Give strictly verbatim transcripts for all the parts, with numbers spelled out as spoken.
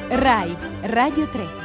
Rai Radio tre.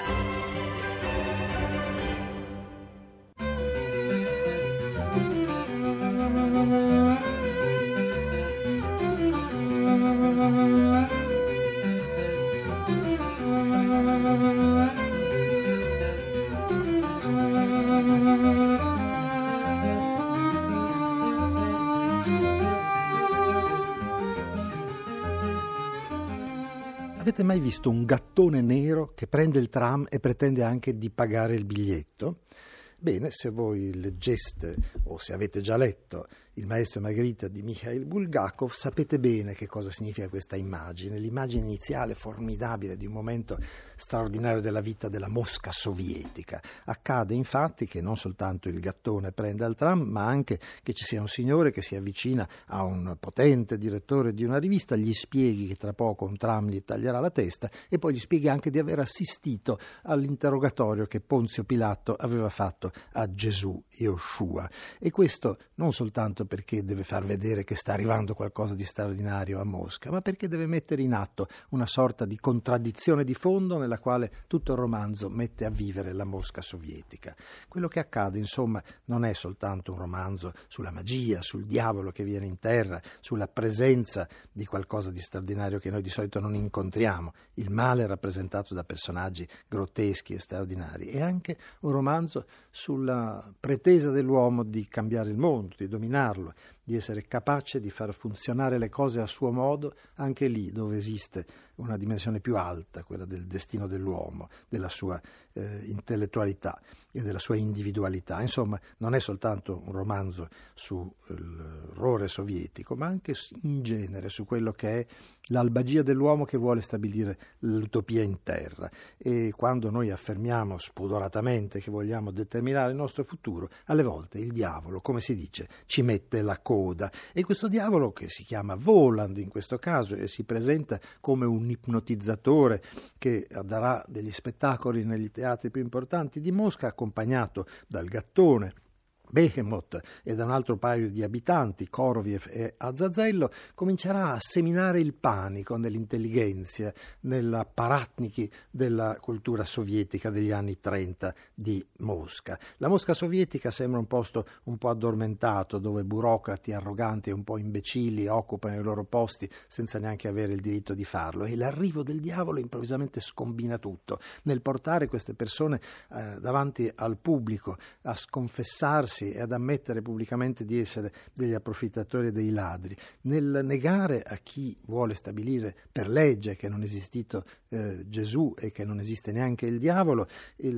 Avete mai visto un gattone nero che prende il tram e pretende anche di pagare il biglietto? Bene, se voi leggeste o se avete già letto Il Maestro e Margherita di Mikhail Bulgakov, sapete bene che cosa significa questa immagine, l'immagine iniziale formidabile di un momento straordinario della vita della Mosca sovietica. Accade infatti che non soltanto il gattone prenda il tram, ma anche che ci sia un signore che si avvicina a un potente direttore di una rivista, gli spieghi che tra poco un tram gli taglierà la testa e poi gli spieghi anche di aver assistito all'interrogatorio che Ponzio Pilato aveva fatto a Gesù, Yoshua. E questo non soltanto perché deve far vedere che sta arrivando qualcosa di straordinario a Mosca, ma perché deve mettere in atto una sorta di contraddizione di fondo nella quale tutto il romanzo mette a vivere la Mosca sovietica. Quello che accade, insomma, non è soltanto un romanzo sulla magia, sul diavolo che viene in terra, sulla presenza di qualcosa di straordinario che noi di solito non incontriamo, il male rappresentato da personaggi grotteschi e straordinari, è anche un romanzo sulla pretesa dell'uomo di cambiare il mondo, di dominarlo, di essere capace di far funzionare le cose a suo modo anche lì dove esiste una dimensione più alta, quella del destino dell'uomo, della sua eh, intellettualità e della sua individualità. Insomma, non è soltanto un romanzo sull'orrore sovietico, ma anche in genere su quello che è l'albagia dell'uomo che vuole stabilire l'utopia in terra. E quando noi affermiamo spudoratamente che vogliamo determinare il nostro futuro, alle volte il diavolo, come si dice, ci mette la coda. E questo diavolo, che si chiama Voland in questo caso e si presenta come un ipnotizzatore che darà degli spettacoli negli teatri più importanti di Mosca, accompagnato dal gattone Behemoth e da un altro paio di abitanti, Koroviev e Azazello, comincerà a seminare il panico nell'intelligenza, nell'apparatniki della cultura sovietica degli anni trenta di Mosca. La Mosca sovietica sembra un posto un po' addormentato, dove burocrati arroganti e un po' imbecilli occupano i loro posti senza neanche avere il diritto di farlo, e l'arrivo del diavolo improvvisamente scombina tutto, nel portare queste persone eh, davanti al pubblico a sconfessarsi e ad ammettere pubblicamente di essere degli approfittatori e dei ladri, nel negare a chi vuole stabilire per legge che non è esistito eh, Gesù e che non esiste neanche il diavolo.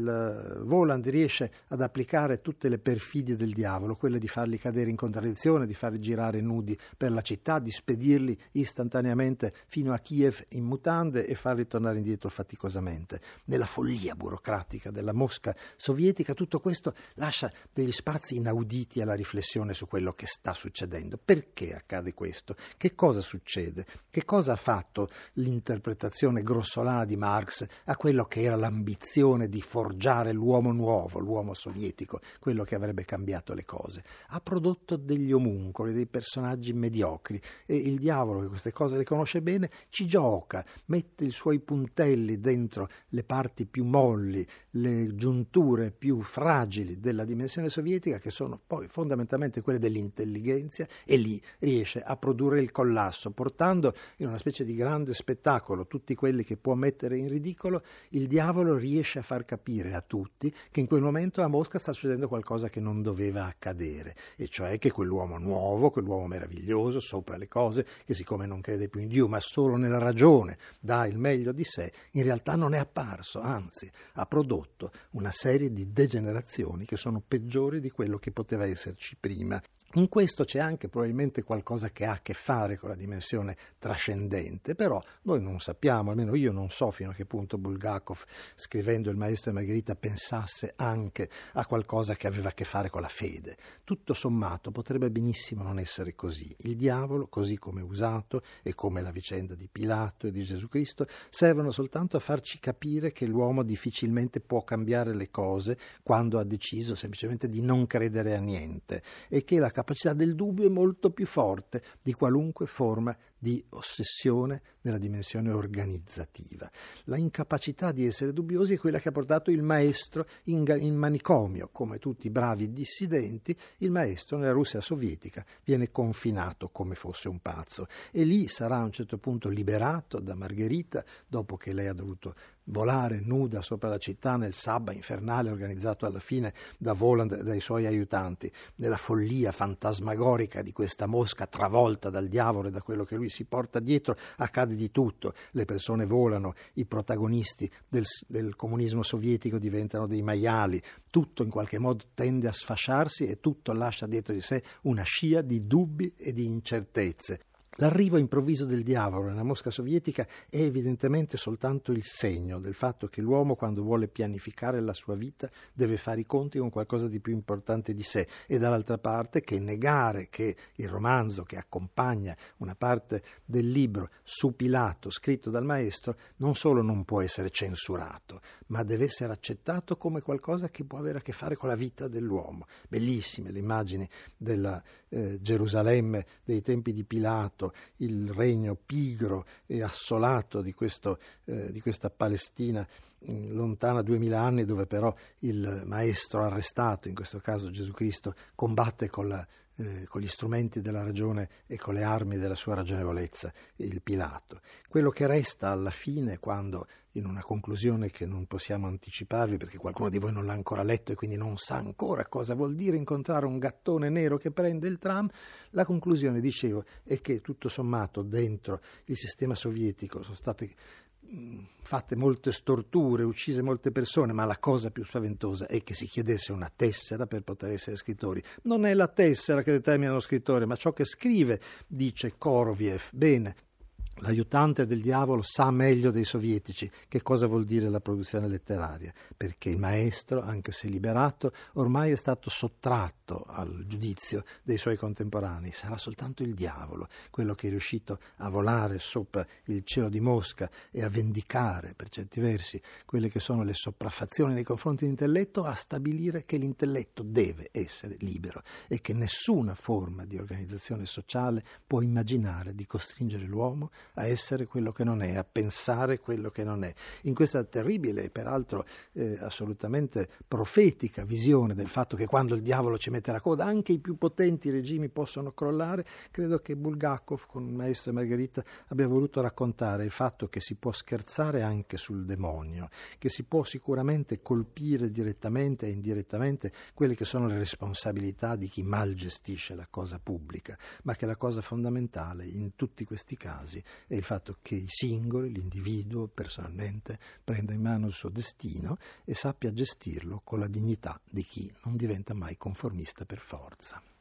Il uh, Voland riesce ad applicare tutte le perfidie del diavolo, quelle di farli cadere in contraddizione, di farli girare nudi per la città, di spedirli istantaneamente fino a Kiev in mutande e farli tornare indietro faticosamente. Nella follia burocratica della Mosca sovietica tutto questo lascia degli spazi inauditi alla riflessione su quello che sta succedendo. Perché accade questo? Che cosa succede? Che cosa ha fatto l'interpretazione grossolana di Marx a quello che era l'ambizione di forgiare l'uomo nuovo, l'uomo sovietico, quello che avrebbe cambiato le cose? Ha prodotto degli omuncoli, dei personaggi mediocri, e il diavolo, che queste cose le conosce bene, ci gioca, mette i suoi puntelli dentro le parti più molli, le giunture più fragili della dimensione sovietica, che sono poi fondamentalmente quelle dell'intelligenza, e lì riesce a produrre il collasso, portando in una specie di grande spettacolo tutti quelli che può mettere in ridicolo. Il diavolo riesce a far capire a tutti che in quel momento a Mosca sta succedendo qualcosa che non doveva accadere, e cioè che quell'uomo nuovo, quell'uomo meraviglioso, sopra le cose, che siccome non crede più in Dio ma solo nella ragione dà il meglio di sé, in realtà non è apparso, anzi ha prodotto una serie di degenerazioni che sono peggiori di quello che poteva esserci prima. In questo c'è anche probabilmente qualcosa che ha a che fare con la dimensione trascendente, però noi non sappiamo, almeno io non so fino a che punto Bulgakov, scrivendo Il Maestro e Margherita, pensasse anche a qualcosa che aveva a che fare con la fede. Tutto sommato potrebbe benissimo non essere così. Il diavolo, così come usato e come la vicenda di Pilato e di Gesù Cristo, servono soltanto a farci capire che l'uomo difficilmente può cambiare le cose quando ha deciso semplicemente di non credere a niente, e che la capacità del dubbio è molto più forte di qualunque forma di ossessione nella dimensione organizzativa. La incapacità di essere dubbiosi è quella che ha portato il maestro in, in manicomio. Come tutti i bravi dissidenti, il maestro nella Russia sovietica viene confinato come fosse un pazzo e lì sarà a un certo punto liberato da Margherita dopo che lei ha dovuto volare nuda sopra la città nel sabba infernale organizzato alla fine da Voland e dai suoi aiutanti, nella follia fantasmagorica di questa mosca travolta dal diavolo e da quello che lui si porta dietro. Accade di tutto, le persone volano, i protagonisti del, del comunismo sovietico diventano dei maiali, tutto in qualche modo tende a sfasciarsi e tutto lascia dietro di sé una scia di dubbi e di incertezze. L'arrivo improvviso del diavolo nella Mosca sovietica è evidentemente soltanto il segno del fatto che l'uomo, quando vuole pianificare la sua vita, deve fare i conti con qualcosa di più importante di sé, e dall'altra parte che negare che il romanzo che accompagna una parte del libro su Pilato scritto dal maestro non solo non può essere censurato, ma deve essere accettato come qualcosa che può avere a che fare con la vita dell'uomo. Bellissime le immagini della eh, Gerusalemme dei tempi di Pilato, il regno pigro e assolato di, questo, eh, di questa Palestina mh, lontana duemila anni, dove però il maestro arrestato, in questo caso Gesù Cristo, combatte con, la, eh, con gli strumenti della ragione e con le armi della sua ragionevolezza, il Pilato. Quello che resta alla fine, quando, in una conclusione che non possiamo anticiparvi perché qualcuno di voi non l'ha ancora letto e quindi non sa ancora cosa vuol dire incontrare un gattone nero che prende il tram, la conclusione, dicevo, è che tutto sommato dentro il sistema sovietico sono state mh, fatte molte storture, uccise molte persone, ma la cosa più spaventosa è che si chiedesse una tessera per poter essere scrittori. Non è la tessera che determina lo scrittore, ma ciò che scrive, dice Koroviev. Bene, l'aiutante del diavolo sa meglio dei sovietici che cosa vuol dire la produzione letteraria, perché il maestro, anche se liberato, ormai è stato sottratto al giudizio dei suoi contemporanei. Sarà soltanto il diavolo quello che è riuscito a volare sopra il cielo di Mosca e a vendicare, per certi versi, quelle che sono le sopraffazioni nei confronti dell'intelletto, a stabilire che l'intelletto deve essere libero e che nessuna forma di organizzazione sociale può immaginare di costringere l'uomo a essere quello che non è, a pensare quello che non è. In questa terribile e peraltro eh, assolutamente profetica visione del fatto che quando il diavolo ci mette la coda anche i più potenti regimi possono crollare, credo che Bulgakov con Maestro e Margherita abbia voluto raccontare il fatto che si può scherzare anche sul demonio, che si può sicuramente colpire direttamente e indirettamente quelle che sono le responsabilità di chi mal gestisce la cosa pubblica, ma che la cosa fondamentale in tutti questi casi è il fatto che i singoli, l'individuo personalmente, prenda in mano il suo destino e sappia gestirlo con la dignità di chi non diventa mai conformista per forza.